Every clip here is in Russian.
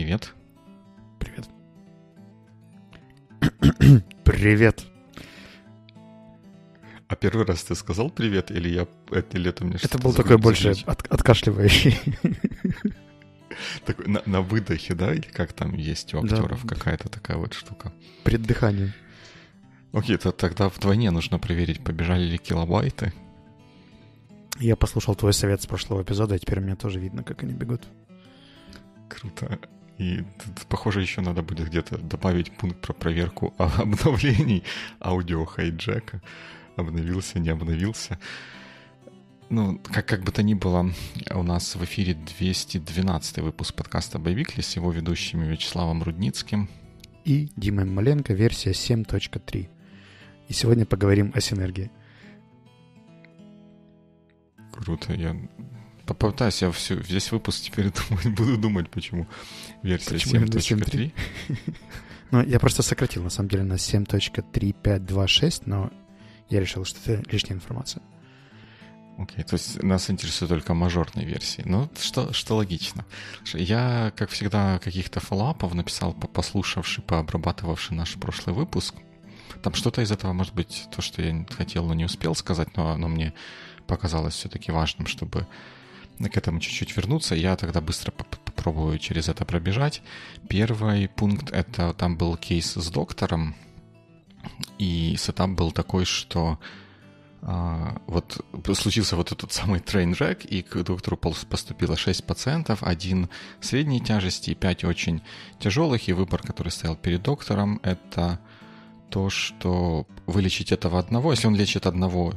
привет. Привет. Привет. А первый раз ты сказал привет, или это мне что-то... Это был такой больше откашливающий. Такой на выдохе, да? Или как там есть у актеров какая-то такая вот штука? Преддыхание. Окей, тогда вдвойне нужно проверить, побежали ли килобайты. Я послушал твой совет с прошлого эпизода, и теперь мне тоже видно, как они бегут. Круто. И, похоже, еще надо будет где-то добавить пункт про проверку обновлений аудио-хайджека. Обновился, не обновился. Ну, как бы то ни было, у нас в эфире 212 выпуск подкаста «Боевикли» с его ведущими Вячеславом Рудницким и Димой Маленко, версия 7.3. И сегодня поговорим о синергии. Круто. Я попытаюсь, весь выпуск теперь буду думать, почему версия 7.3. Ну, я просто сократил, на самом деле, на 7.3526, но я решил, что это лишняя информация. Окей, то есть нас интересует только мажорные версии. Ну, что логично. Я, как всегда, каких-то фоллоуапов написал, послушавший, пообрабатывавший наш прошлый выпуск. Там что-то из этого, может быть, то, что я хотел, но не успел сказать, но мне показалось все-таки важным, чтобы к этому чуть-чуть вернуться. Я тогда быстро попробую через это пробежать. Первый пункт — это там был кейс с доктором, и сетап был такой, что вот случился вот этот самый трейн-рек, и к доктору поступило 6 пациентов, 1 средней тяжести и 5 очень тяжелых, и выбор, который стоял перед доктором, это то, что вылечить этого одного. Если он лечит одного,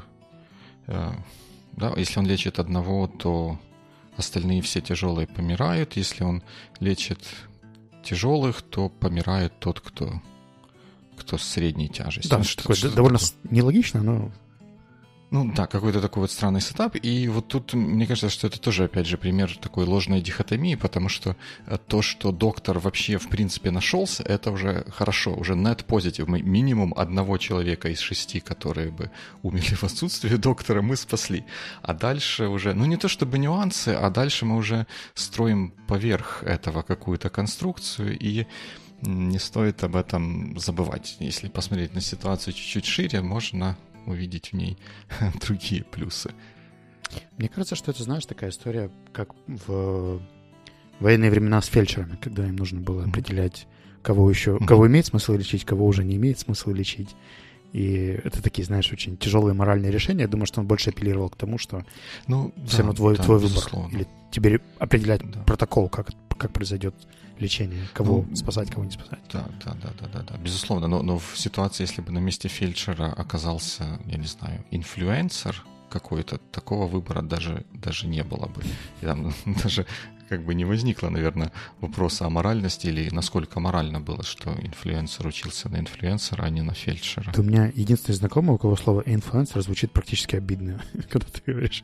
если он лечит одного, то остальные все тяжелые помирают. Если он лечит тяжелых, то помирает тот, кто с средней тяжестью. Да, что довольно нелогично, но... Ну да, какой-то такой вот странный сетап. И вот тут, мне кажется, что это тоже, опять же, пример такой ложной дихотомии, потому что то, что доктор вообще, в принципе, нашелся, это уже хорошо, уже net positive. Мы минимум одного человека из 6, которые бы умерли в отсутствии доктора, мы спасли. А дальше уже, ну не то чтобы нюансы, а дальше мы уже строим поверх этого какую-то конструкцию, и не стоит об этом забывать. Если посмотреть на ситуацию чуть-чуть шире, можно увидеть в ней другие плюсы. Мне кажется, что это, знаешь, такая история, как в военные времена с фельдшерами, когда им нужно было определять, кого имеет смысл лечить, кого уже не имеет смысла лечить. И это такие, знаешь, очень тяжелые моральные решения. Я думаю, что он больше апеллировал к тому, что все равно твой выбор. Или тебе определять протокол, как произойдет лечение, кого спасать, кого не спасать. Да, безусловно. Но в ситуации, если бы на месте фельдшера оказался, я не знаю, инфлюенсер какой-то, такого выбора даже не было бы. И там даже как бы не возникло, наверное, вопроса о моральности или насколько морально было, что инфлюенсер учился на инфлюенсера, а не на фельдшера. Ты у меня единственный знакомый, у кого слово инфлюенсер звучит практически обидно, когда ты говоришь.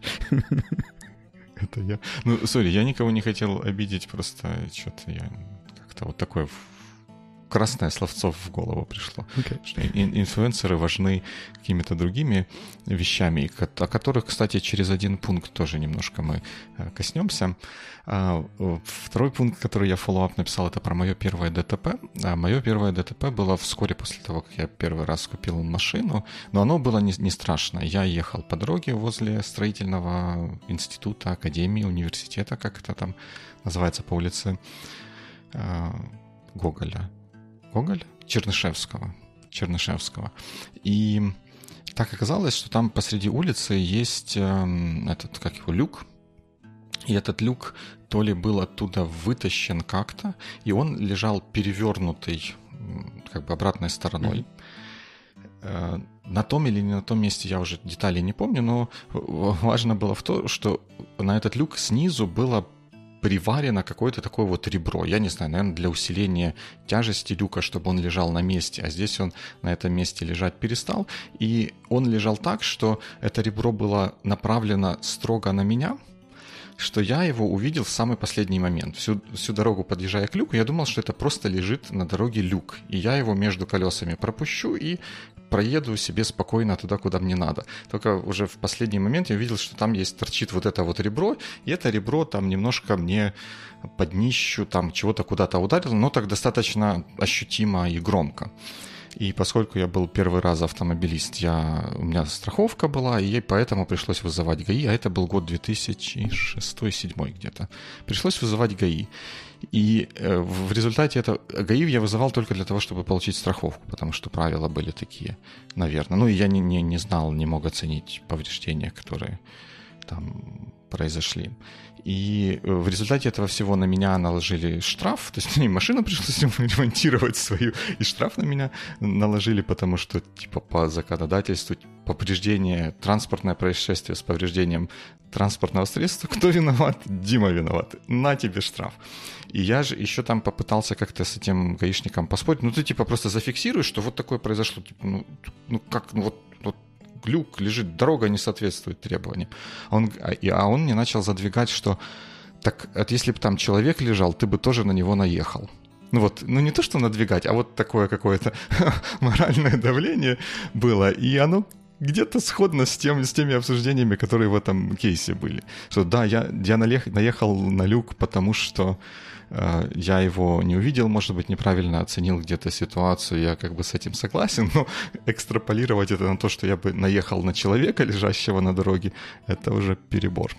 Это я. Ну, сори, я никого не хотел обидеть, просто что-то я как-то вот такое красное словцо в голову пришло. Okay. Что инфлюенсеры важны какими-то другими вещами, о которых, кстати, через один пункт тоже немножко мы коснемся. Второй пункт, который я в фоллоуап написал, это про мое первое ДТП. Мое первое ДТП было вскоре после того, как я первый раз купил машину, но оно было не страшно. Я ехал по дороге возле строительного института, академии, университета, как это там называется по улице Чернышевского. И так оказалось, что там посреди улицы есть люк. И этот люк то ли был оттуда вытащен как-то, и он лежал перевернутый как бы обратной стороной. На том или не на том месте я уже деталей не помню, но важно было в том, что на этот люк снизу было приварено какое-то такое вот ребро. Я не знаю, наверное, для усиления тяжести люка, чтобы он лежал на месте. А здесь он на этом месте лежать перестал. И он лежал так, что это ребро было направлено строго на меня, что я его увидел в самый последний момент. Всю дорогу, подъезжая к люку, я думал, что это просто лежит на дороге люк. И я его между колесами пропущу и проеду себе спокойно туда, куда мне надо. Только уже в последний момент я увидел, что там торчит вот это вот ребро, и это ребро там немножко мне под днищу там чего-то куда-то ударило, но так достаточно ощутимо и громко. И поскольку я был первый раз автомобилист, у меня страховка была, и поэтому пришлось вызывать ГАИ, а это был год 2006-2007 где-то. Пришлось вызывать ГАИ. И в результате ГАИ я вызывал только для того, чтобы получить страховку, потому что правила были такие, наверное. Ну, и я не знал, не мог оценить повреждения, которые там произошли. И в результате этого всего на меня наложили штраф, то есть мне машину пришлось ремонтировать свою, и штраф на меня наложили, потому что типа по законодательству повреждение, транспортное происшествие с повреждением транспортного средства, кто виноват? Дима виноват. На тебе штраф. И я же еще там попытался как-то с этим гаишником поспорить, ты типа просто зафиксируешь, что вот такое произошло, типа, вот люк лежит, дорога не соответствует требованиям. А он мне начал задвигать, что так если бы там человек лежал, ты бы тоже на него наехал. Не то, что надвигать, а вот такое какое-то моральное давление было, и оно где-то сходно с теми обсуждениями, которые в этом кейсе были. Что да, я наехал на люк, потому что я его не увидел, может быть, неправильно оценил где-то ситуацию, я как бы с этим согласен, но экстраполировать это на то, что я бы наехал на человека, лежащего на дороге, это уже перебор.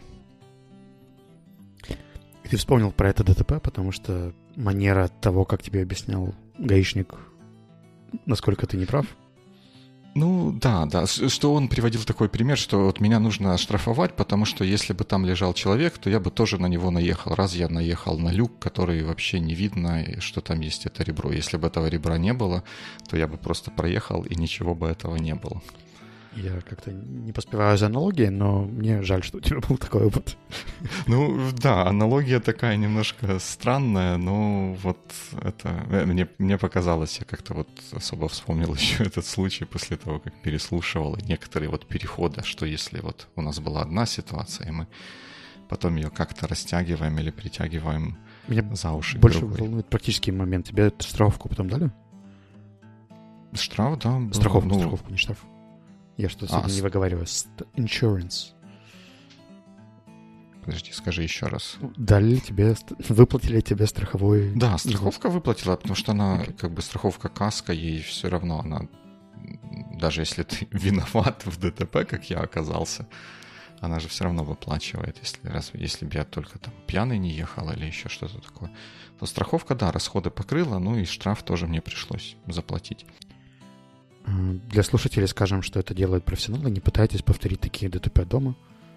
Ты вспомнил про это ДТП, потому что манера того, как тебе объяснял гаишник, насколько ты не прав. Да, что он приводил такой пример, что вот меня нужно оштрафовать, потому что если бы там лежал человек, то я бы тоже на него наехал. Раз я наехал на люк, который вообще не видно, что там есть это ребро. Если бы этого ребра не было, то я бы просто проехал, и ничего бы этого не было. Я как-то не поспеваю за аналогией, но мне жаль, что у тебя был такой опыт. Да, аналогия такая немножко странная, но вот это... Мне показалось, я как-то вот особо вспомнил еще этот случай после того, как переслушивал некоторые вот переходы, что если вот у нас была одна ситуация, и мы потом ее как-то растягиваем или притягиваем за уши. Больше волнует практический момент. Тебе страховку потом дали? Штраф, да. Страховку, не штраф. Я что-то сегодня не выговариваю. Insurance. Подожди, скажи еще раз. Выплатили тебе страховой... Да, страховка выплатила, потому что она как бы страховка каска, ей все равно она... Даже если ты виноват в ДТП, как я оказался, она же все равно выплачивает, если бы я только там пьяный не ехал или еще что-то такое. То страховка, да, расходы покрыла, и штраф тоже мне пришлось заплатить. Для слушателей скажем, что это делают профессионалы. Не пытайтесь повторить такие ДТП дома.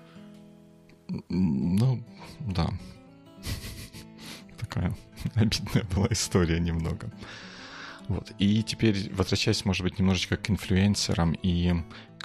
Да. Такая обидная была история немного. Вот. И теперь, возвращаясь, может быть, немножечко к инфлюенсерам и к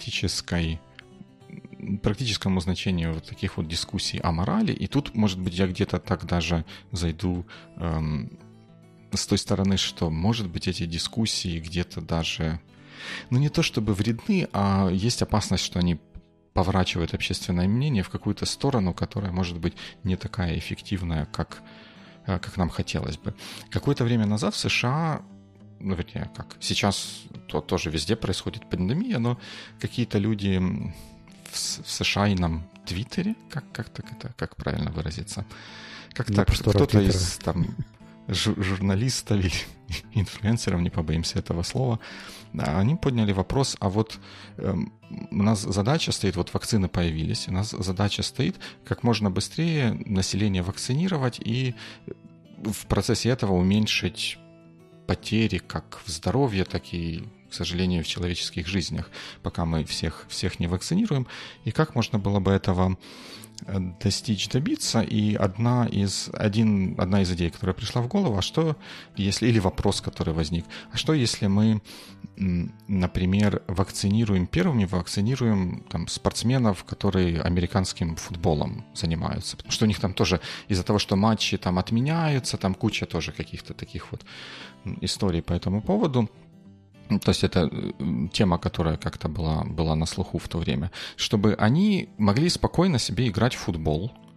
практическому значению вот таких вот дискуссий о морали. И тут, может быть, я где-то так даже зайду с той стороны, что, может быть, эти дискуссии где-то даже, не то чтобы вредны, а есть опасность, что они поворачивают общественное мнение в какую-то сторону, которая может быть не такая эффективная, как нам хотелось бы. Какое-то время назад в США, сейчас тоже везде происходит пандемия, но какие-то люди в США Твиттере, как правильно выразиться, кто-то из там журналистов или инфлюенсеров, не побоимся этого слова, они подняли вопрос, а вот у нас задача стоит, вот вакцины появились, у нас задача стоит как можно быстрее население вакцинировать и в процессе этого уменьшить потери как в здоровье, так и, к сожалению, в человеческих жизнях, пока мы всех не вакцинируем. И как можно было бы этого добиться? И одна из идей, которая пришла в голову, или вопрос, который возник, а что если мы, например, вакцинируем там, спортсменов, которые американским футболом занимаются, потому что у них там тоже из-за того, что матчи там отменяются, там куча тоже каких-то таких вот историй по этому поводу. То есть это тема, которая как-то была на слуху в то время, чтобы они могли спокойно себе играть в футбол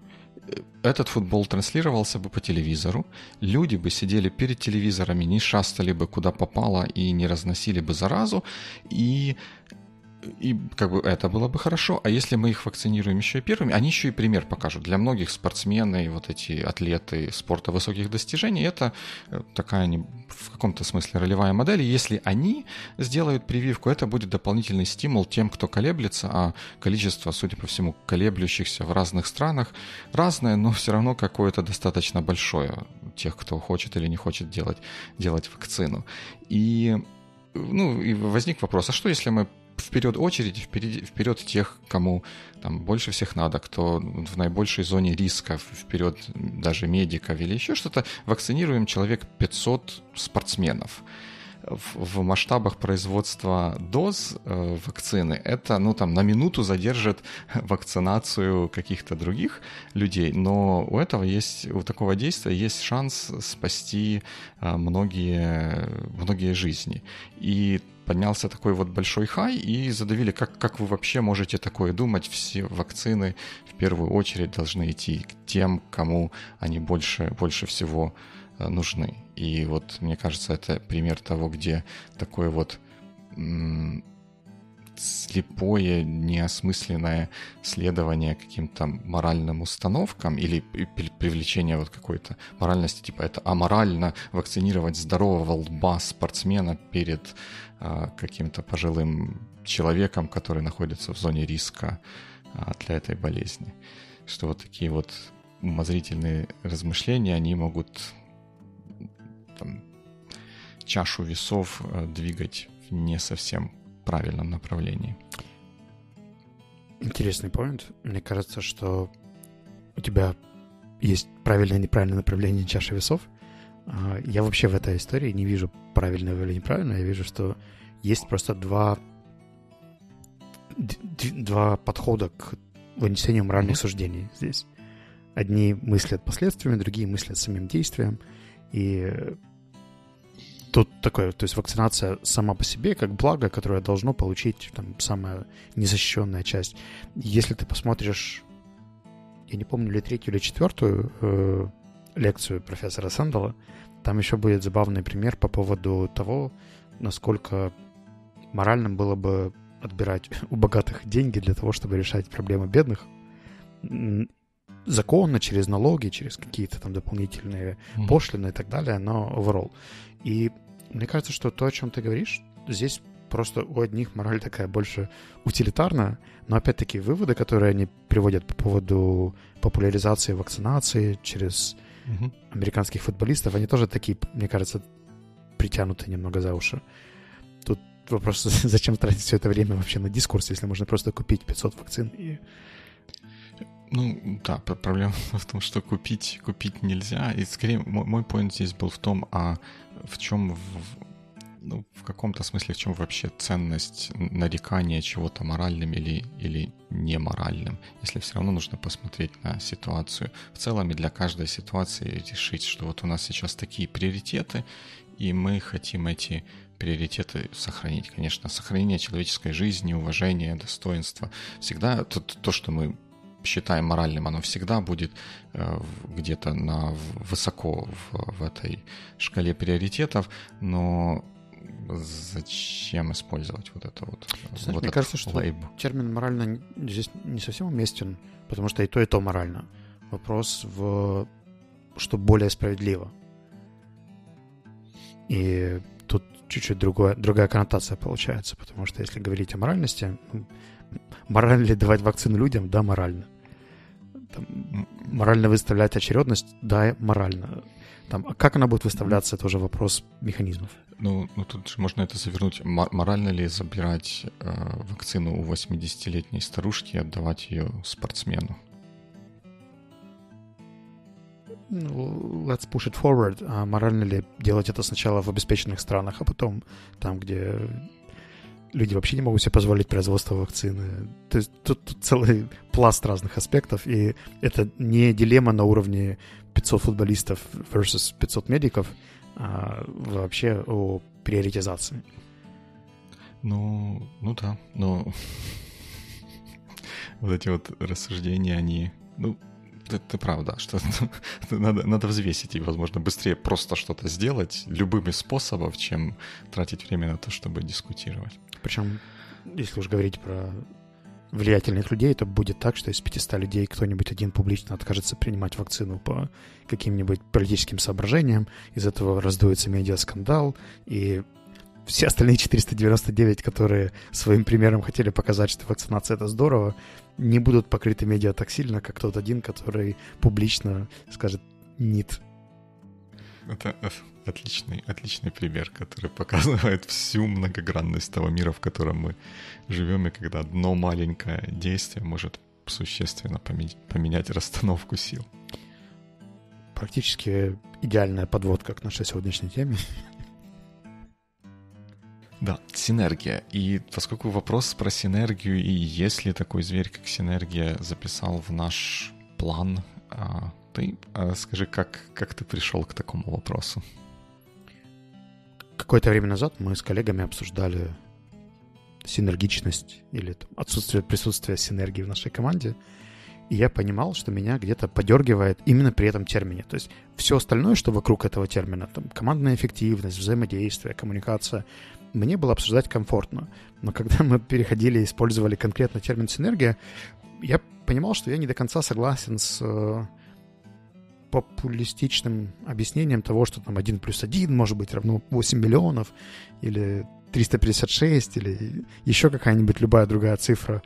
этот футбол транслировался бы по телевизору, люди бы сидели перед телевизорами, не шастали бы куда попало и не разносили бы заразу, и как бы это было бы хорошо. А если мы их вакцинируем еще и первыми, они еще и пример покажут. Для многих спортсмены, вот эти атлеты спорта высоких достижений, это такая в каком-то смысле ролевая модель. И если они сделают прививку, это будет дополнительный стимул тем, кто колеблется, а количество, судя по всему, колеблющихся в разных странах разное, но все равно какое-то достаточно большое тех, кто хочет или не хочет делать вакцину. И возник вопрос, а что если мы вперед очереди, вперед тех, кому там больше всех надо, кто в наибольшей зоне риска, вперед даже медиков или еще что-то, вакцинируем человек 500 спортсменов. В масштабах производства доз вакцины это, на минуту задержит вакцинацию каких-то других людей, но у такого действия есть шанс спасти многие жизни. И поднялся такой вот большой хай, и задавили, как вы вообще можете такое думать, все вакцины в первую очередь должны идти к тем, кому они больше всего нужны. И вот, мне кажется, это пример того, где такое вот слепое, неосмысленное следование каким-то моральным установкам или привлечение вот какой-то моральности, типа это аморально вакцинировать здорового лба спортсмена перед каким-то пожилым человеком, который находится в зоне риска для этой болезни. Что вот такие вот умозрительные размышления, они могут чашу весов двигать в не совсем правильном направлении. Интересный поинт. Мне кажется, что у тебя есть правильное и неправильное направление чаши весов. Я вообще в этой истории не вижу правильного или неправильного. Я вижу, что есть просто два подхода к вынесению моральных суждений здесь. Одни мыслят последствиями, другие мыслят самим действием. И тут такое, то есть вакцинация сама по себе как благо, которое должно получить самая незащищенная часть. Если ты посмотришь, я не помню, ли 3-ю или 4-ю лекцию профессора Сэндала, там еще будет забавный пример по поводу того, насколько моральным было бы отбирать у богатых деньги для того, чтобы решать проблемы бедных. Законно, через налоги, через какие-то там дополнительные пошлины и так далее, но overall. И мне кажется, что то, о чем ты говоришь, здесь просто у одних мораль такая больше утилитарная, но опять-таки выводы, которые они приводят по поводу популяризации вакцинации через американских футболистов, они тоже такие, мне кажется, притянуты немного за уши. Тут вопрос, зачем тратить все это время вообще на дискурс, если можно просто купить 500 вакцин и... Да, проблема в том, что купить нельзя. И скорее мой поинт здесь был в том, в чем, в каком-то смысле, в чем вообще ценность нарекания чего-то моральным или неморальным, если все равно нужно посмотреть на ситуацию в целом и для каждой ситуации решить, что вот у нас сейчас такие приоритеты, и мы хотим эти приоритеты сохранить. Конечно, сохранение человеческой жизни, уважение, достоинства. Всегда то, что мы считаем моральным, оно всегда будет где-то высоко в этой шкале приоритетов, но зачем использовать вот это вот? Знаешь, мне кажется, что термин «морально» здесь не совсем уместен, потому что и то морально. Вопрос что более справедливо. И тут чуть-чуть другая коннотация получается, потому что если говорить о моральности, морально ли давать вакцину людям? Да, морально. Морально выставлять очередность? Да, морально. А как она будет выставляться, это уже вопрос механизмов. Тут же можно это завернуть. Морально ли забирать вакцину у 80-летней старушки и отдавать ее спортсмену? Let's push it forward. А морально ли делать это сначала в обеспеченных странах, а потом там, где люди вообще не могут себе позволить производство вакцины? То есть тут целый пласт разных аспектов, и это не дилемма на уровне 500 футболистов versus 500 медиков, а вообще о приоритизации. Да, но вот эти вот рассуждения, они... ты прав, да, что надо взвесить и, возможно, быстрее просто что-то сделать любыми способами, чем тратить время на то, чтобы дискутировать. Причем, если уж говорить про влиятельных людей, то будет так, что из 500 людей кто-нибудь один публично откажется принимать вакцину по каким-нибудь политическим соображениям, из этого раздуется медиаскандал, и все остальные 499, которые своим примером хотели показать, что вакцинация — это здорово, не будут покрыты медиа так сильно, как тот один, который публично скажет «нет». Это отличный пример, который показывает всю многогранность того мира, в котором мы живем, и когда одно маленькое действие может существенно поменять расстановку сил. Практически идеальная подводка к нашей сегодняшней теме. Да, синергия. И поскольку вопрос про синергию и есть ли такой зверь, как синергия, записал в наш план, ты скажи, как ты пришел к такому вопросу? Какое-то время назад мы с коллегами обсуждали синергичность или отсутствие присутствия синергии в нашей команде, и я понимал, что меня где-то подергивает именно при этом термине. То есть все остальное, что вокруг этого термина, там, командная эффективность, взаимодействие, коммуникация, мне было обсуждать комфортно. Но когда мы переходили и использовали конкретно термин «синергия», я понимал, что я не до конца согласен с популистичным объяснением того, что там 1 + 1 может быть равно 8 миллионов, или 356, или еще какая-нибудь любая другая цифра.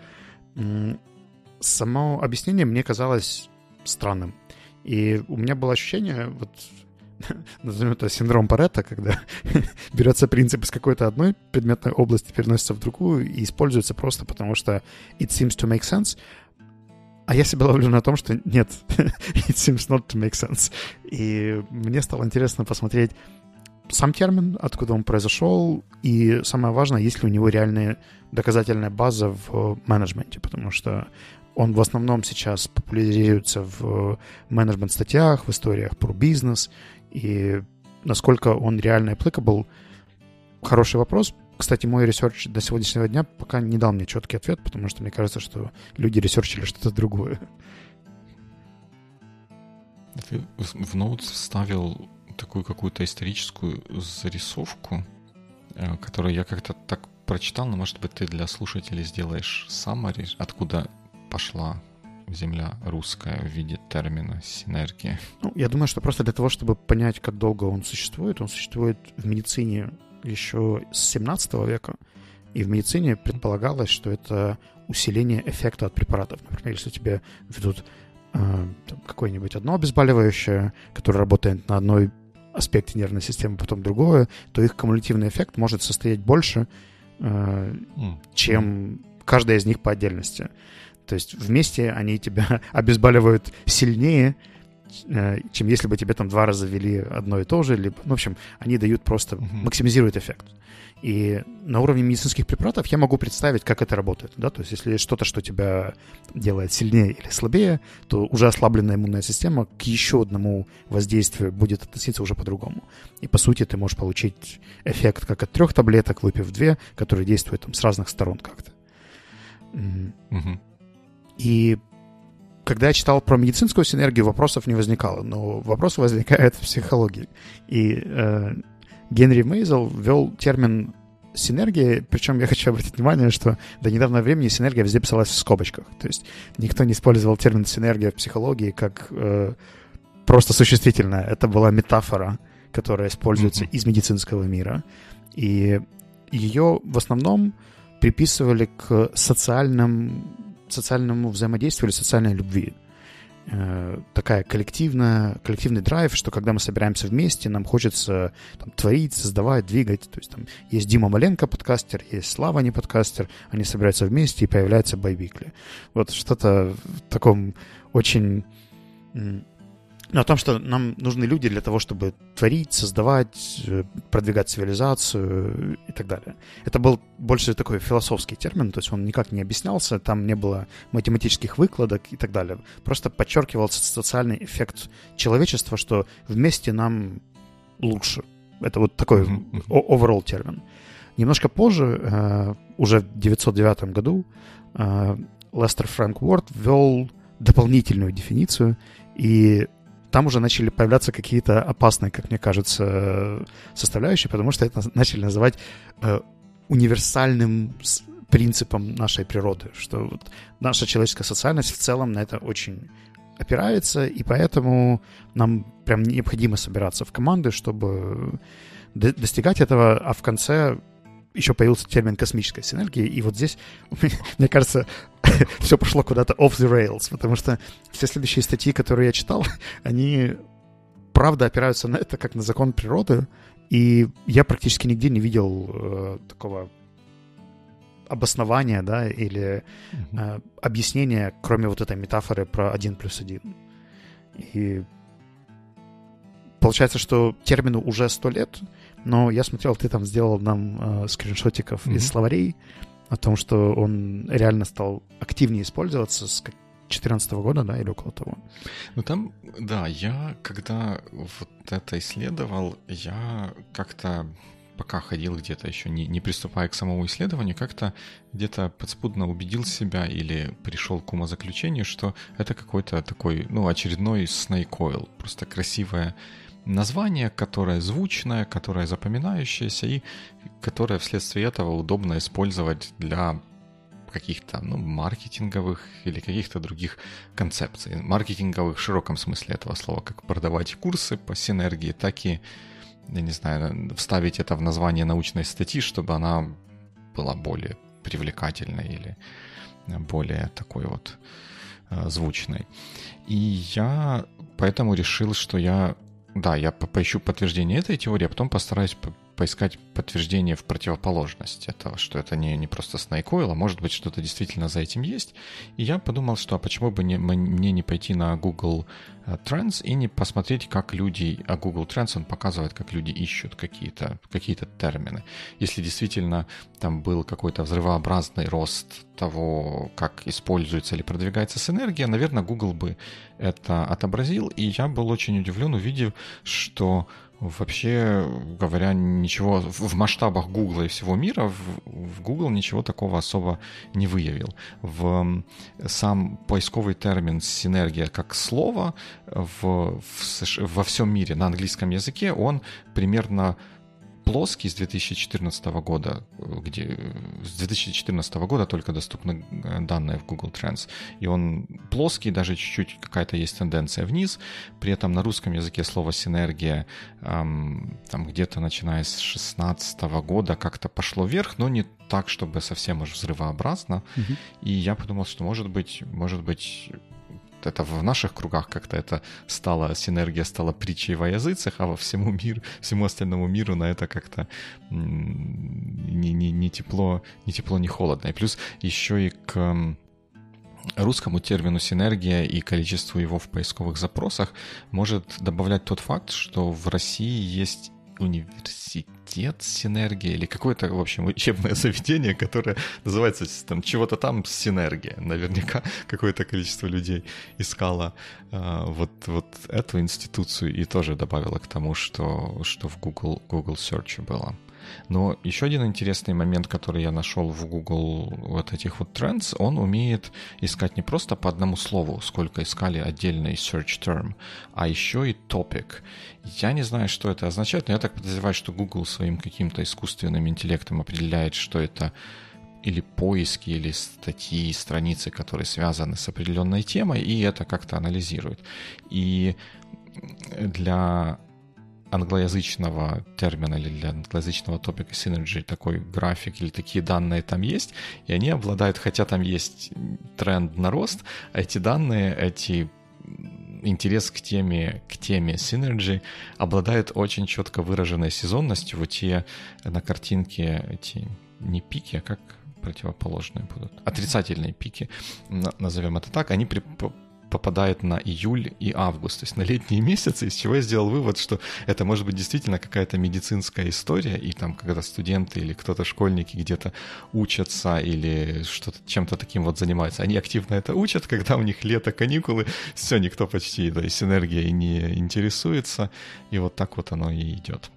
Само объяснение мне казалось странным. И у меня было ощущение, вот, назовем это синдром Паретта, когда берется принцип из какой-то одной предметной области, переносится в другую и используется просто потому, что it seems to make sense, а я себя ловлю на том, что нет, it seems not to make sense. И мне стало интересно посмотреть сам термин, откуда он произошел, и самое важное, есть ли у него реальная доказательная база в менеджменте, потому что он в основном сейчас популяризируется в менеджмент-статьях, в историях про бизнес, и насколько он реально applicable, хороший вопрос. Кстати, мой ресерч до сегодняшнего дня пока не дал мне четкий ответ, потому что мне кажется, что люди ресерчили что-то другое. Ты в ноут вставил такую какую-то историческую зарисовку, которую я как-то так прочитал, но, может быть, ты для слушателей сделаешь summary, откуда пошла земля русская в виде термина синергия. Ну, я думаю, что просто для того, чтобы понять, как долго он существует в медицине еще с 17 века, и в медицине предполагалось, что это усиление эффекта от препаратов. Например, если тебе ведут какое-нибудь одно обезболивающее, которое работает на одной аспекте нервной системы, потом другое, то их кумулятивный эффект может состоять больше, чем каждая из них по отдельности. То есть вместе они тебя обезболивают сильнее, чем если бы тебе там 2 раза ввели одно и то же. Либо, в общем, они дают просто, максимизируют эффект. И на уровне медицинских препаратов я могу представить, как это работает. Да? То есть если есть что-то, что тебя делает сильнее или слабее, то уже ослабленная иммунная система к еще одному воздействию будет относиться уже по-другому. И по сути ты можешь получить эффект как от 3 таблеток, выпив 2, которые действуют там с разных сторон как-то. И когда я читал про медицинскую синергию, вопросов не возникало, но вопросы возникают в психологии. И Генри Мейзел ввел термин синергия, причем я хочу обратить внимание, что до недавнего времени синергия везде писалась в скобочках. То есть никто не использовал термин синергия в психологии как просто существительное. Это была метафора, которая используется из медицинского мира. И ее в основном приписывали к социальному взаимодействию или социальной любви. Такая коллективный драйв, что когда мы собираемся вместе, нам хочется там творить, создавать, двигать. То есть там есть Дима Маленко, подкастер, есть Слава, не подкастер, они собираются вместе и появляется Байвикли. Вот что-то в таком очень... о том, что нам нужны люди для того, чтобы творить, создавать, продвигать цивилизацию и так далее. Это был больше такой философский термин, то есть он никак не объяснялся, там не было математических выкладок и так далее. Просто подчеркивался социальный эффект человечества, что вместе нам лучше. Это вот такой overall термин. Немножко позже, уже в 909 году, Лестер Фрэнк Уорд ввел дополнительную дефиницию, и там уже начали появляться какие-то опасные, как мне кажется, составляющие, потому что это начали называть универсальным принципом нашей природы, что вот наша человеческая социальность в целом на это очень опирается, и поэтому нам прям необходимо собираться в команды, чтобы достигать этого, а в конце еще появился термин космической синергии, и вот здесь, мне кажется, все пошло куда-то off the rails, потому что все следующие статьи, которые я читал, они правда опираются на это как на закон природы, и я практически нигде не видел такого обоснования, да, или объяснения, кроме вот этой метафоры про 1+1. И получается, что термину уже 100 лет, но я смотрел, ты там сделал нам скриншотиков из словарей о том, что он реально стал активнее использоваться с 2014 года, да, или около того. Ну там, да, я когда вот это исследовал, я как-то пока ходил где-то еще, не приступая к самому исследованию, как-то где-то подспудно убедил себя или пришел к умозаключению, что это какой-то такой, ну, очередной Snake Oil, просто красивое название, которое звучное, которое запоминающееся и которое вследствие этого удобно использовать для каких-то, ну, маркетинговых или каких-то других концепций. Маркетинговых в широком смысле этого слова, как продавать курсы по синергии, так и, я не знаю, вставить это в название научной статьи, чтобы она была более привлекательной или более такой вот звучной. И я поэтому решил, что я поищу подтверждение этой теории, а потом постараюсь поискать подтверждение в противоположность этого, что это не просто Snake Oil, а может быть что-то действительно за этим есть. И я подумал, что а почему бы мне не пойти на Google Trends и не посмотреть, как люди, а Google Trends, он показывает, как люди ищут какие-то термины. Если действительно там был какой-то взрывообразный рост того, как используется или продвигается синергия, наверное, Google бы это отобразил, и я был очень удивлен, увидев, что вообще говоря, ничего в масштабах Гугла и всего мира в Google ничего такого особо не выявил. Сам поисковый термин «синергия» как слово во всем мире на английском языке, он примерно плоский с 2014 года, где с 2014 года только доступны данные в Google Trends, и он плоский, даже чуть-чуть какая-то есть тенденция вниз, при этом на русском языке слово «синергия» там где-то начиная с 2016 года как-то пошло вверх, но не так, чтобы совсем уж взрывообразно, и я подумал, что может быть это в наших кругах как-то это синергия стала притчей во языцах, а во всему остальному миру на это как-то не тепло, ни холодно. И плюс еще и к русскому термину «синергия» и количеству его в поисковых запросах может добавлять тот факт, что в России есть университет синергия или какое-то, в общем, учебное заведение, которое называется там чего-то там синергия. Наверняка какое-то количество людей искало вот эту институцию и тоже добавило к тому, что в Google Search было. Но еще один интересный момент, который я нашел в Google вот этих вот Trends, он умеет искать не просто по одному слову, сколько искали отдельный search term, а еще и topic. Я не знаю, что это означает, но я так подозреваю, что Google своим каким-то искусственным интеллектом определяет, что это или поиски, или статьи, страницы, которые связаны с определенной темой, и это как-то анализирует. И для англоязычного термина или для англоязычного топика Synergy такой график или такие данные там есть, и они обладают, хотя там есть тренд на рост, эти данные, интерес к теме Synergy обладает очень четко выраженной сезонностью. Вот те на картинке, эти не пики, а как противоположные будут? Отрицательные пики, назовем это так, они попадает на июль и август, то есть на летние месяцы, из чего я сделал вывод, что это может быть действительно какая-то медицинская история, и там, когда студенты или кто-то, школьники где-то учатся или что-то чем-то таким вот занимаются, они активно это учат, когда у них лето, каникулы, все, никто почти этой синергией не интересуется, и вот так вот оно и идет.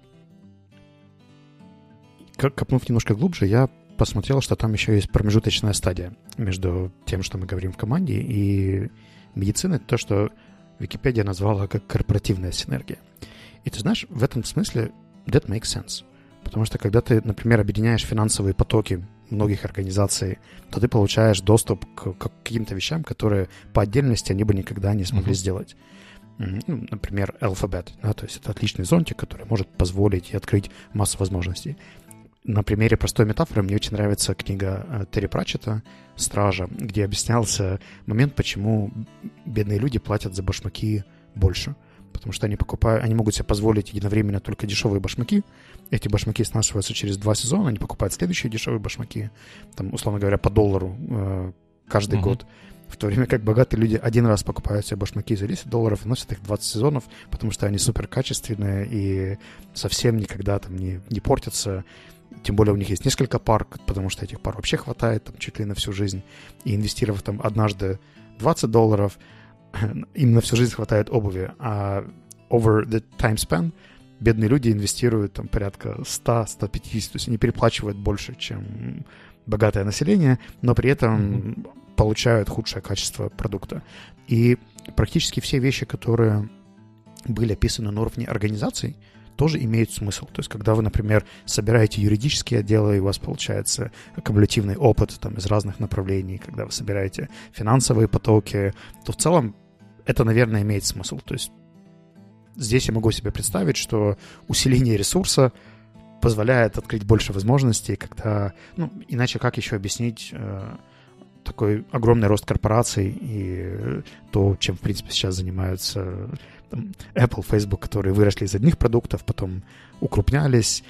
Копнув немножко глубже, я посмотрел, что там еще есть промежуточная стадия между тем, что мы говорим в команде, и медицины, это то, что Википедия назвала как корпоративная синергия. И ты знаешь, в этом смысле that makes sense. Потому что когда ты, например, объединяешь финансовые потоки многих организаций, то ты получаешь доступ к каким-то вещам, которые по отдельности они бы никогда не смогли сделать. Например, Alphabet. Да, то есть это отличный зонтик, который может позволить и открыть массу возможностей. На примере простой метафоры мне очень нравится книга Терри Пратчетта «Стража», где объяснялся момент, почему бедные люди платят за башмаки больше. Потому что они могут себе позволить единовременно только дешевые башмаки. Эти башмаки снашиваются через 2 сезона, они покупают следующие дешевые башмаки, там, условно говоря, по $1 каждый год. В то время как богатые люди один раз покупают себе башмаки за $10 и носят их 20 сезонов, потому что они супер качественные и совсем никогда там не портятся. Тем более у них есть несколько пар, потому что этих пар вообще хватает там, чуть ли на всю жизнь. И инвестировав там однажды $20, им на всю жизнь хватает обуви. А over the time span бедные люди инвестируют там порядка 100-150, то есть они переплачивают больше, чем богатое население, но при этом получают худшее качество продукта. И практически все вещи, которые были описаны на уровне организаций, тоже имеют смысл. То есть, когда вы, например, собираете юридические отделы, и у вас получается аккумулятивный опыт там, из разных направлений, когда вы собираете финансовые потоки, то в целом это, наверное, имеет смысл. То есть здесь я могу себе представить, что усиление ресурса позволяет открыть больше возможностей, когда... иначе как еще объяснить такой огромный рост корпораций и то, чем, в принципе, сейчас занимаются там, Apple, Facebook, которые выросли из одних продуктов, потом укрупнялись.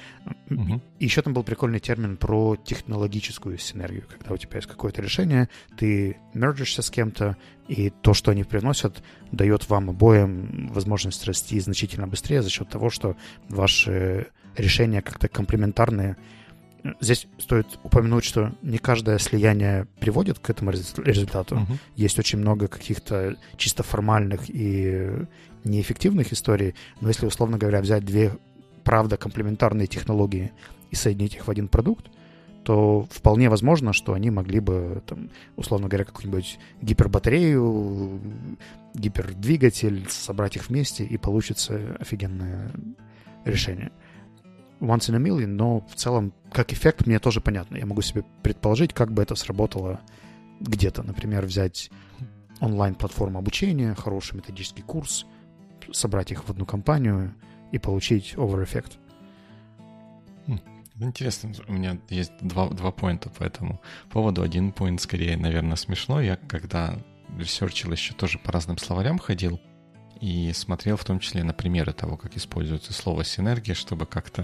И еще там был прикольный термин про технологическую синергию, когда у тебя есть какое-то решение, ты мерджишься с кем-то, и то, что они приносят, дает вам обоим возможность расти значительно быстрее за счет того, что ваши решения как-то комплементарные. Здесь стоит упомянуть, что не каждое слияние приводит к этому результату. Есть очень много каких-то чисто формальных и неэффективных историй, но если, условно говоря, взять две правда комплементарные технологии и соединить их в один продукт, то вполне возможно, что они могли бы, там, условно говоря, какую-нибудь гипербатарею, гипердвигатель, собрать их вместе, и получится офигенное решение. Once in a million, но в целом, как эффект, мне тоже понятно. Я могу себе предположить, как бы это сработало где-то. Например, взять онлайн-платформу обучения, хороший методический курс, собрать их в одну компанию и получить over-эффект. Интересно, у меня есть два поинта по этому поводу. Один поинт скорее, наверное, смешной. Я когда ресерчил, еще тоже по разным словарям ходил и смотрел в том числе на примеры того, как используется слово «синергия», чтобы как-то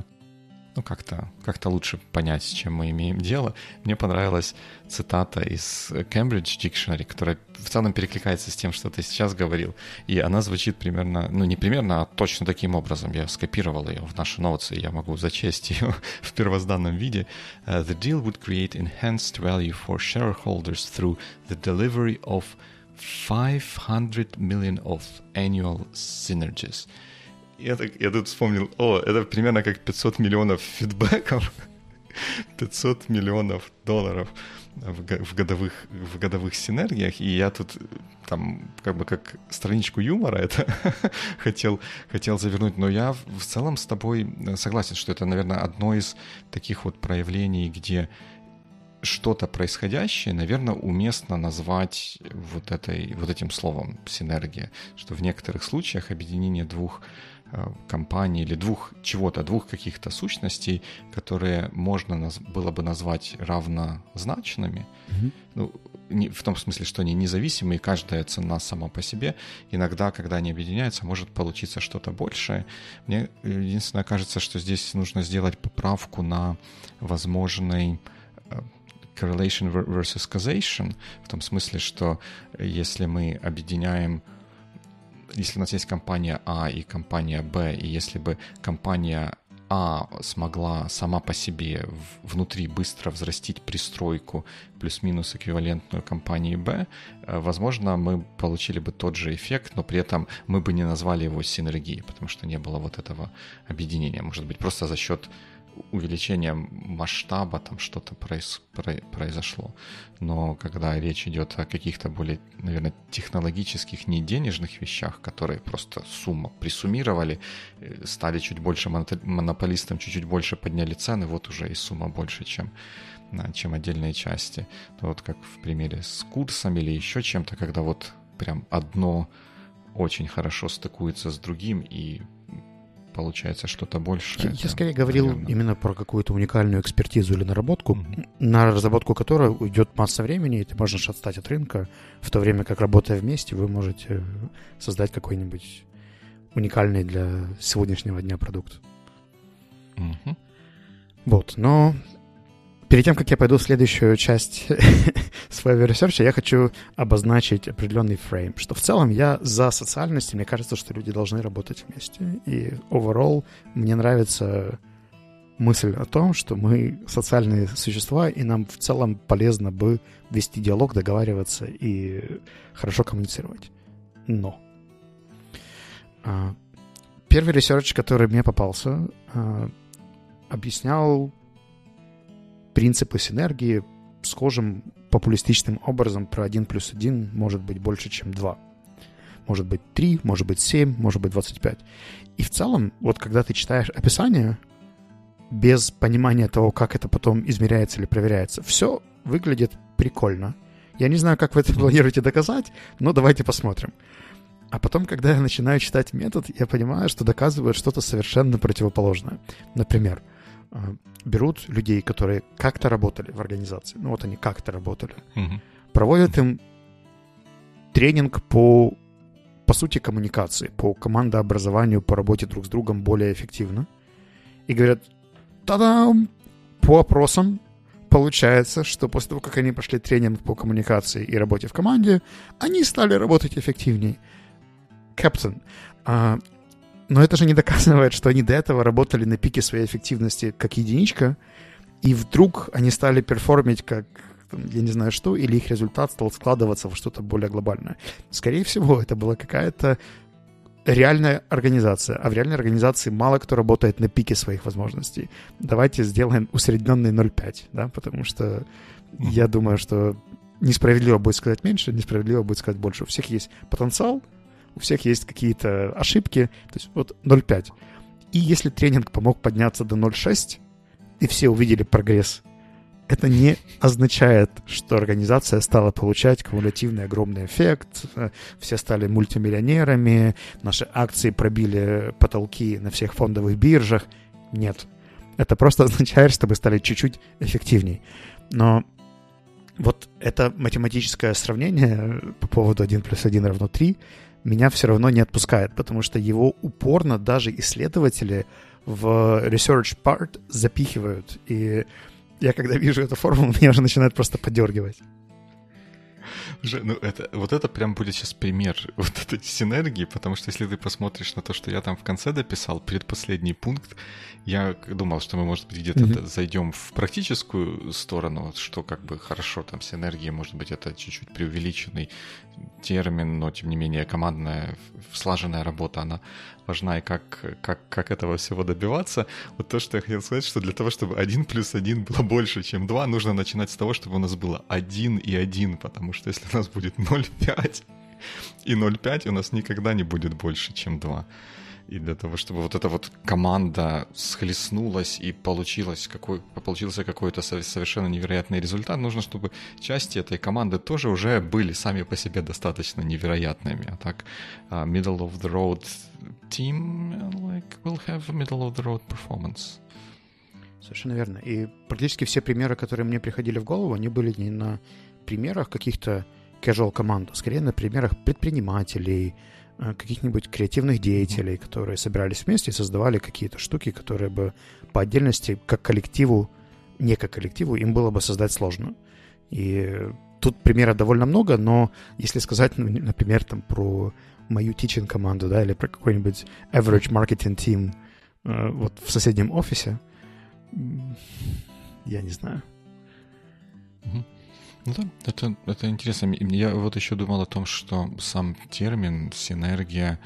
лучше понять, с чем мы имеем дело. Мне понравилась цитата из Cambridge Dictionary, которая в целом перекликается с тем, что ты сейчас говорил. И она звучит примерно, не примерно, а точно таким образом. Я скопировал ее в наши ноутсы, и я могу зачесть ее в первозданном виде. The deal would create enhanced value for shareholders through the delivery of 500 million of annual synergies. Я тут вспомнил, это примерно как 500 миллионов фидбэков, 500 миллионов долларов в годовых синергиях, и я тут там как страничку юмора это хотел завернуть, но я в целом с тобой согласен, что это, наверное, одно из таких вот проявлений, где что-то происходящее, наверное, уместно назвать вот этим словом синергия, что в некоторых случаях объединение двух компаний или двух каких-то сущностей, которые можно было бы назвать равнозначными, в том смысле, что они независимые, каждая ценна сама по себе. Иногда, когда они объединяются, может получиться что-то большее. Мне единственное кажется, что здесь нужно сделать поправку на возможный correlation versus causation, в том смысле, что если мы объединяем, если у нас есть компания А и компания Б, и если бы компания А смогла сама по себе внутри быстро взрастить пристройку плюс-минус эквивалентную компании Б, возможно, мы получили бы тот же эффект, но при этом мы бы не назвали его синергией, потому что не было вот этого объединения. Может быть, просто за счет увеличением масштаба там что-то произошло. Но когда речь идет о каких-то более, наверное, технологических, не денежных вещах, которые просто присуммировали, стали чуть больше монополистом, чуть-чуть больше подняли цены, вот уже и сумма больше, чем отдельные части. То вот как в примере с курсом или еще чем-то, когда вот прям одно очень хорошо стыкуется с другим и получается что-то большее. Я скорее говорил именно про какую-то уникальную экспертизу или наработку, на разработку которой уйдет масса времени, и ты можешь отстать от рынка, в то время как, работая вместе, вы можете создать какой-нибудь уникальный для сегодняшнего дня продукт. Вот, но перед тем, как я пойду в следующую часть своего ресерча, я хочу обозначить определенный фрейм, что в целом я за социальность, и мне кажется, что люди должны работать вместе. И overall мне нравится мысль о том, что мы социальные существа, и нам в целом полезно бы вести диалог, договариваться и хорошо коммуницировать. Но первый ресерч, который мне попался, объяснял принципы синергии схожим популистичным образом про 1 + 1 может быть больше, чем 2. Может быть 3, может быть 7, может быть 25. И в целом, вот когда ты читаешь описание, без понимания того, как это потом измеряется или проверяется, все выглядит прикольно. Я не знаю, как вы это планируете доказать, но давайте посмотрим. А потом, когда я начинаю читать метод, я понимаю, что доказывают что-то совершенно противоположное. Например, берут людей, которые как-то работали в организации, ну вот они как-то работали, проводят им тренинг по сути коммуникации, по командообразованию, по работе друг с другом более эффективно, и говорят: та-дам! По опросам получается, что после того, как они прошли тренинг по коммуникации и работе в команде, они стали работать эффективнее. Кэптен. Но это же не доказывает, что они до этого работали на пике своей эффективности как единичка, и вдруг они стали перформить как, я не знаю что, или их результат стал складываться в что-то более глобальное. Скорее всего, это была какая-то реальная организация, а в реальной организации мало кто работает на пике своих возможностей. Давайте сделаем усредненный 0,5, да, потому что я думаю, что несправедливо будет сказать меньше, несправедливо будет сказать больше. У всех есть потенциал, у всех есть какие-то ошибки, то есть вот 0,5. И если тренинг помог подняться до 0,6, и все увидели прогресс, это не означает, что организация стала получать кумулятивный огромный эффект, все стали мультимиллионерами, наши акции пробили потолки на всех фондовых биржах. Нет. Это просто означает, что мы стали чуть-чуть эффективней. Но вот это математическое сравнение по поводу 1 + 1 = 3 меня все равно не отпускает, потому что его упорно даже исследователи в research part запихивают. И я когда вижу эту формулу, меня уже начинает просто подергивать. Ну это прям будет сейчас пример вот этой синергии, потому что если ты посмотришь на то, что я там в конце дописал, предпоследний пункт, я думал, что мы, может быть, где-то зайдем в практическую сторону, что как бы хорошо, там синергия, может быть, это чуть-чуть преувеличенный термин, но тем не менее командная слаженная работа, она важна, и как этого всего добиваться. Вот то, что я хотел сказать, что для того, чтобы 1 + 1 было больше, чем 2, нужно начинать с того, чтобы у нас было 1 и 1, потому что если у нас будет 0,5 и 0,5, у нас никогда не будет больше, чем 2. И для того, чтобы вот эта вот команда схлестнулась и получился какой-то совершенно невероятный результат, нужно, чтобы части этой команды тоже уже были сами по себе достаточно невероятными. А так, middle of the road team will have a middle of the road performance. Совершенно верно. И практически все примеры, которые мне приходили в голову, они были не на примерах каких-то casual команд, а скорее на примерах предпринимателей, каких-нибудь креативных деятелей, которые собирались вместе и создавали какие-то штуки, которые бы по отдельности, как коллективу, не как коллективу, им было бы создать сложно. И тут примеров довольно много, но если сказать, например, там, про мою teaching команду, да, или про какой-нибудь average marketing team вот в соседнем офисе, я не знаю. Ну да, это интересно. Я вот еще думал о том, что сам термин «синергия»,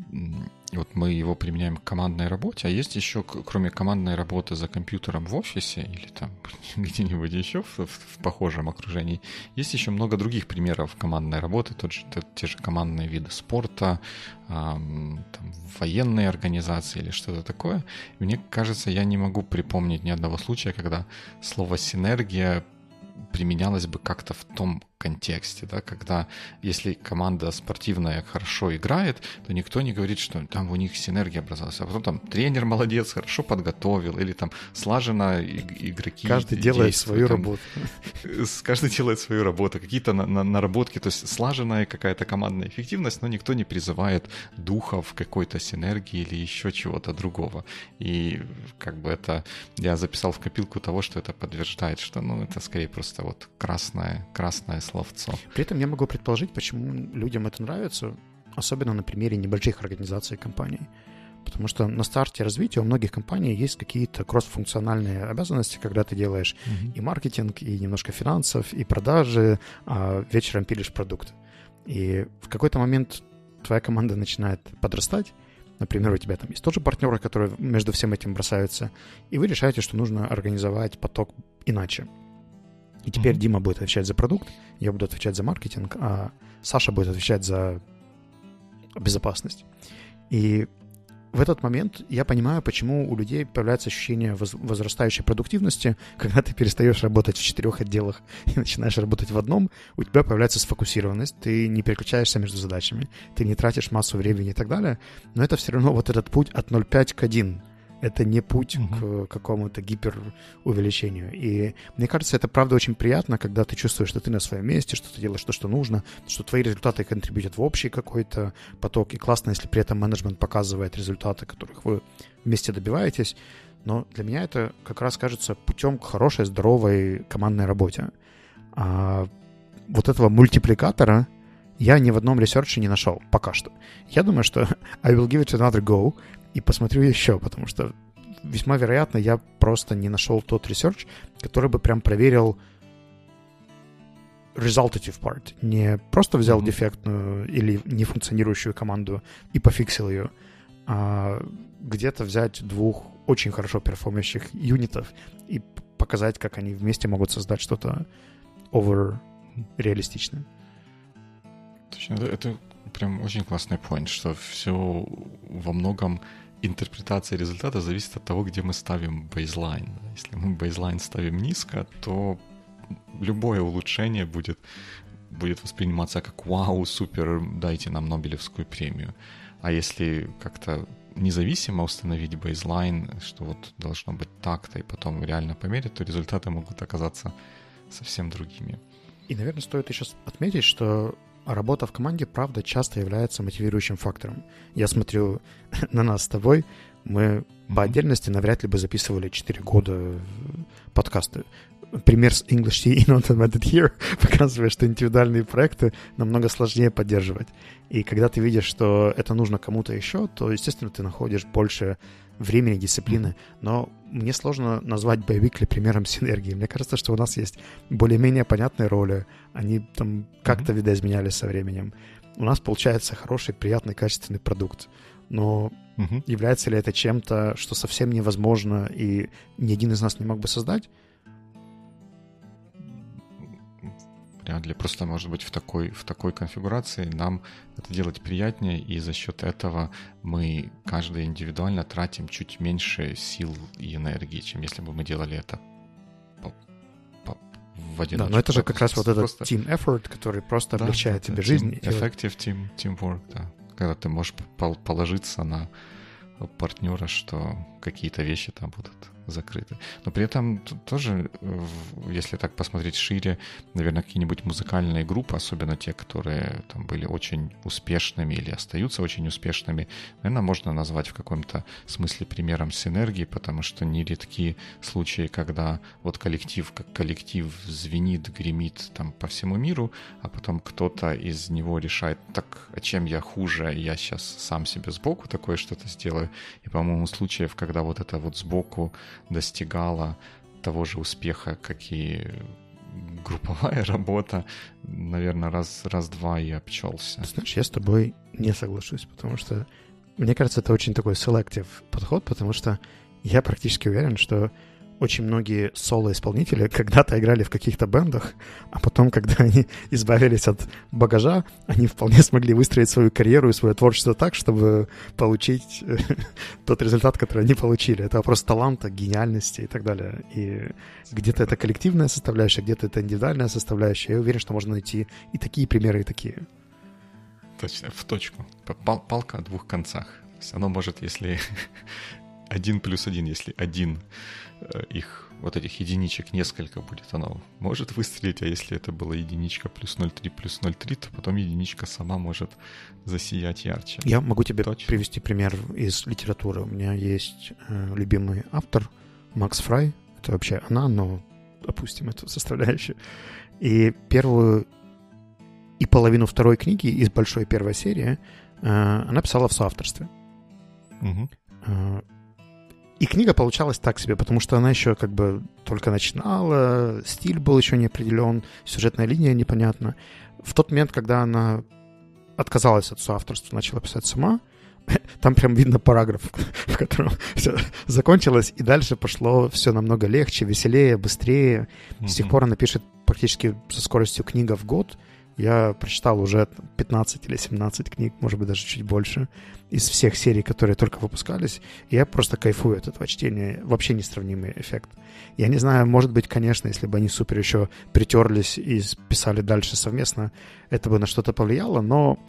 вот мы его применяем к командной работе, а есть еще, кроме командной работы за компьютером в офисе или там где-нибудь еще в похожем окружении, есть еще много других примеров командной работы, те же командные виды спорта, там, военные организации или что-то такое. И мне кажется, я не могу припомнить ни одного случая, когда слово «синергия» применялось бы как-то в том контексте, да, когда если команда спортивная хорошо играет, то никто не говорит, что там у них синергия образовалась, а потом там тренер молодец, хорошо подготовил, или там слаженно игроки каждый делает свою работу. Каждый делает свою работу, какие-то наработки, то есть слаженная какая-то командная эффективность, но никто не призывает духов какой-то синергии или еще чего-то другого. И как бы это я записал в копилку того, что это подтверждает, что это скорее просто вот красное словцо. При этом я могу предположить, почему людям это нравится, особенно на примере небольших организаций и компаний. Потому что на старте развития у многих компаний есть какие-то кросс-функциональные обязанности, когда ты делаешь и маркетинг, и немножко финансов, и продажи, а вечером пилишь продукт. И в какой-то момент твоя команда начинает подрастать. Например, у тебя там есть тоже партнеры, которые между всем этим бросаются, и вы решаете, что нужно организовать поток иначе. И теперь Дима будет отвечать за продукт, я буду отвечать за маркетинг, а Саша будет отвечать за безопасность. И в этот момент я понимаю, почему у людей появляется ощущение возрастающей продуктивности, когда ты перестаешь работать в 4 отделах и начинаешь работать в одном, у тебя появляется сфокусированность, ты не переключаешься между задачами, ты не тратишь массу времени и так далее, но это все равно вот этот путь от 0,5 к 1. Это не путь к какому-то гиперувеличению. И мне кажется, это правда очень приятно, когда ты чувствуешь, что ты на своем месте, что ты делаешь то, что нужно, что твои результаты контрибьютят в общий какой-то поток. И классно, если при этом менеджмент показывает результаты, которых вы вместе добиваетесь. Но для меня это как раз кажется путем к хорошей, здоровой командной работе. А вот этого мультипликатора я ни в одном ресерче не нашел пока что. Я думаю, что I will give it another go и посмотрю еще, потому что весьма вероятно, я просто не нашел тот ресерч, который бы прям проверил resultative part. Не просто взял дефектную или нефункционирующую команду и пофиксил ее, а где-то взять 2 очень хорошо перформящих юнитов и показать, как они вместе могут создать что-то реалистичное. Точно, это прям очень классный point, что все во многом интерпретация результата зависит от того, где мы ставим бейзлайн. Если мы бейзлайн ставим низко, то любое улучшение будет восприниматься как «Вау, супер, дайте нам Нобелевскую премию». А если как-то независимо установить бейзлайн, что вот должно быть так-то, и потом реально померить, то результаты могут оказаться совсем другими. И, наверное, стоит еще отметить, что работа в команде, правда, часто является мотивирующим фактором. Я смотрю на нас с тобой, мы по отдельности навряд ли бы записывали 4 года подкасты. Пример с English Tea и Not Invented Here показывает, что индивидуальные проекты намного сложнее поддерживать. И когда ты видишь, что это нужно кому-то еще, то, естественно, ты находишь больше времени, дисциплины. Но мне сложно назвать Biweekly примером синергии. Мне кажется, что у нас есть более-менее понятные роли. Они там как-то видоизменялись со временем. У нас получается хороший, приятный, качественный продукт. Но является ли это чем-то, что совсем невозможно и ни один из нас не мог бы создать? Вряд ли. Просто, может быть, в такой конфигурации нам это делать приятнее, и за счет этого мы каждый индивидуально тратим чуть меньше сил и энергии, чем если бы мы делали это в одиночку. Да, но это же как раз вот этот team effort, который просто облегчает тебе жизнь. Effective teamwork, да. Когда ты можешь положиться на партнера, что какие-то вещи там будут закрыты. Но при этом тоже, если так посмотреть шире, наверное, какие-нибудь музыкальные группы, особенно те, которые там были очень успешными или остаются очень успешными, наверное, можно назвать в каком-то смысле примером синергии, потому что нередки случаи, когда вот коллектив как коллектив звенит, гремит там по всему миру, а потом кто-то из него решает, так, а чем я хуже, я сейчас сам себе сбоку такое что-то сделаю. И, по-моему, случаев, когда вот это вот сбоку достигала того же успеха, как и групповая работа, наверное, раз-два и обчелся. Знаешь, я с тобой не соглашусь, потому что мне кажется, это очень такой selective подход, потому что я практически уверен, что очень многие соло-исполнители когда-то играли в каких-то бэндах, а потом, когда они избавились от багажа, они вполне смогли выстроить свою карьеру и свое творчество так, чтобы получить тот результат, который они получили. Это вопрос таланта, гениальности и так далее. И где-то это коллективная составляющая, где-то это индивидуальная составляющая. Я уверен, что можно найти и такие примеры, и такие. Точно, в точку. Палка о двух концах. То есть оно может, если 1+1, если один их вот этих единичек несколько будет, оно может выстрелить, а если это была единичка +0,3, то потом единичка сама может засиять ярче. Я могу тебе привести пример из литературы. У меня есть любимый автор Макс Фрай. Это вообще она, но опустим эту составляющую. И первую и половину второй книги из большой первой серии она писала в соавторстве. Угу. И книга получалась так себе, потому что она еще как бы только начинала, стиль был еще не определен, сюжетная линия непонятна. В тот момент, когда она отказалась от соавторства, начала писать сама, там прям видно параграф, в котором все закончилось, и дальше пошло все намного легче, веселее, быстрее. С тех пор она пишет практически со скоростью книга в год. Я прочитал уже 15 или 17 книг, может быть, даже чуть больше, из всех серий, которые только выпускались. И я просто кайфую от этого чтения. Вообще несравнимый эффект. Я не знаю, может быть, конечно, если бы они супер еще притерлись и писали дальше совместно, это бы на что-то повлияло, но...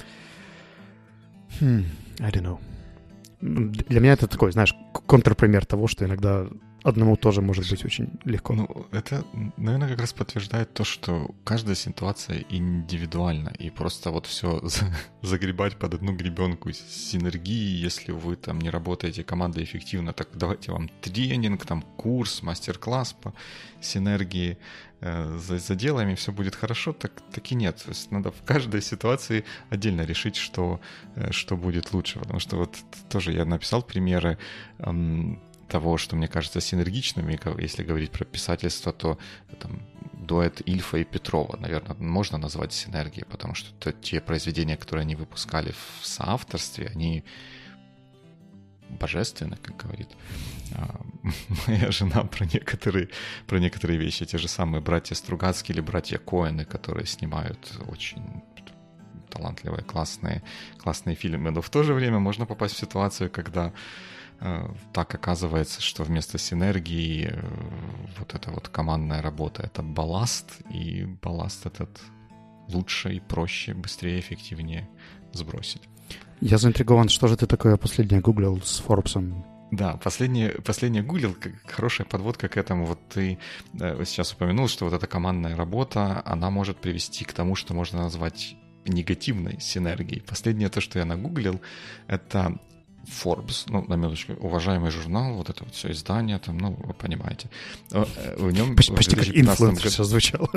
I don't know. Для меня это такой, знаешь, контрпример того, что иногда одному тоже может быть очень легко. Ну, это, наверное, как раз подтверждает то, что каждая ситуация индивидуальна, и просто вот все загребать под одну гребенку синергии, если вы там не работаете командой эффективно, так давайте вам тренинг, там курс, мастер-класс по синергии заделаем, и все будет хорошо, так и нет. То есть надо в каждой ситуации отдельно решить, что будет лучше, потому что вот тоже я написал примеры того, что мне кажется синергичным, и если говорить про писательство, то там дуэт Ильфа и Петрова, наверное, можно назвать синергией, потому что это те произведения, которые они выпускали в соавторстве, они божественны, как говорит моя жена про некоторые вещи. Те же самые братья Стругацкие или братья Коэны, которые снимают очень талантливые, классные фильмы. Но в то же время можно попасть в ситуацию, когда так оказывается, что вместо синергии вот эта вот командная работа — это балласт, и балласт этот лучше и проще, быстрее, эффективнее сбросить. Я заинтригован, что же ты такое последнее гуглил с Форбсом? Да, последнее гуглил, хорошая подводка к этому. Вот ты сейчас упомянул, что вот эта командная работа, она может привести к тому, что можно назвать негативной синергией. Последнее то, что я нагуглил, это Forbes, ну, на минуточку, уважаемый журнал, вот это вот все издание, там, ну, вы понимаете. В нем почти как инфлюенсер все звучало.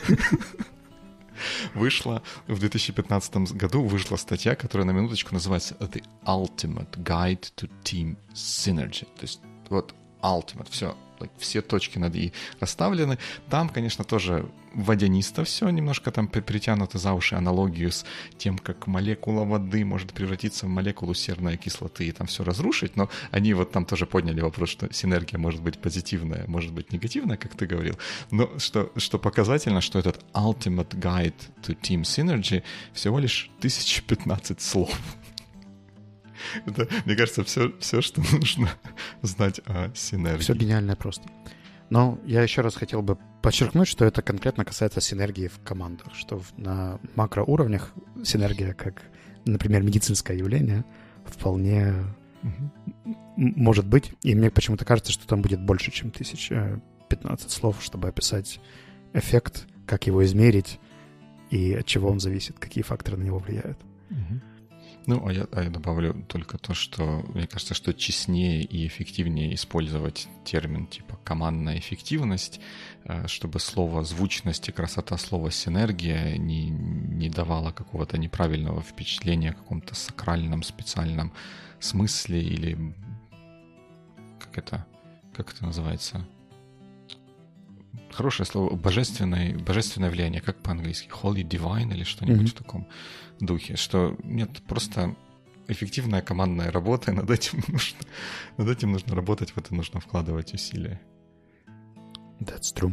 В 2015 году вышла статья, которая на минуточку называется «The Ultimate Guide to Team Synergy». То есть вот ultimate, все точки над «и» расставлены. Там, конечно, тоже водянисто все, немножко там притянуто за уши аналогию с тем, как молекула воды может превратиться в молекулу серной кислоты и там все разрушить, но они вот там тоже подняли вопрос, что синергия может быть позитивная, может быть негативная, как ты говорил, но что показательно, что этот Ultimate Guide to Team Synergy всего лишь 1015 слов. Это, мне кажется, все, что нужно знать о синергии. Все гениальное просто. Но я еще раз хотел бы подчеркнуть, что это конкретно касается синергии в командах, что на макроуровнях синергия, как, например, медицинское явление, вполне может быть. И мне почему-то кажется, что там будет больше, чем 1015 слов, чтобы описать эффект, как его измерить и от чего он зависит, какие факторы на него влияют. Ну, а я добавлю только то, что мне кажется, что честнее и эффективнее использовать термин типа командная эффективность, чтобы слово звучность и красота слова синергия не давало какого-то неправильного впечатления о каком-то сакральном специальном смысле или как это называется? хорошее слово, божественное влияние, как по-английски, holy divine или что-нибудь в таком духе, что нет, просто эффективная командная работа, и над этим нужно работать, в это нужно вкладывать усилия. That's true.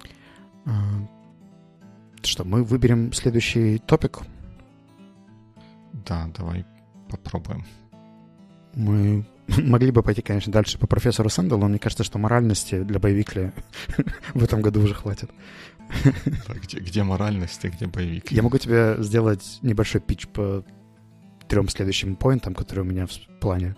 Что, мы выберем следующий топик? Да, давай попробуем. Мы могли бы пойти, конечно, дальше по профессору Сэндалу, но мне кажется, что моральности для боевикля в этом году уже хватит. Где моральность, а где боевик? Я могу тебе сделать небольшой питч по 3 следующим поинтам, которые у меня в плане.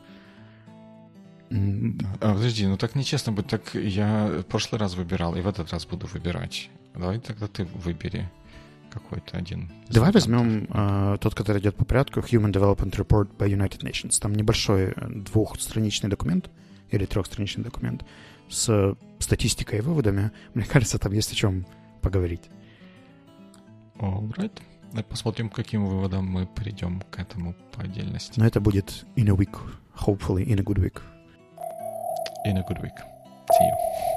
Подожди, ну так нечестно будет. Так я в прошлый раз выбирал, и в этот раз буду выбирать. Давай тогда ты выбери какой-то один. Давай возьмем тот, который идет по порядку, Human Development Report by United Nations. Там небольшой 2-страничный документ или 3-страничный документ с статистикой и выводами. Мне кажется, там есть о чем поговорить. Alright. Посмотрим, к каким выводам мы придем к этому по отдельности. Но это будет in a week. Hopefully in a good week. In a good week. See you.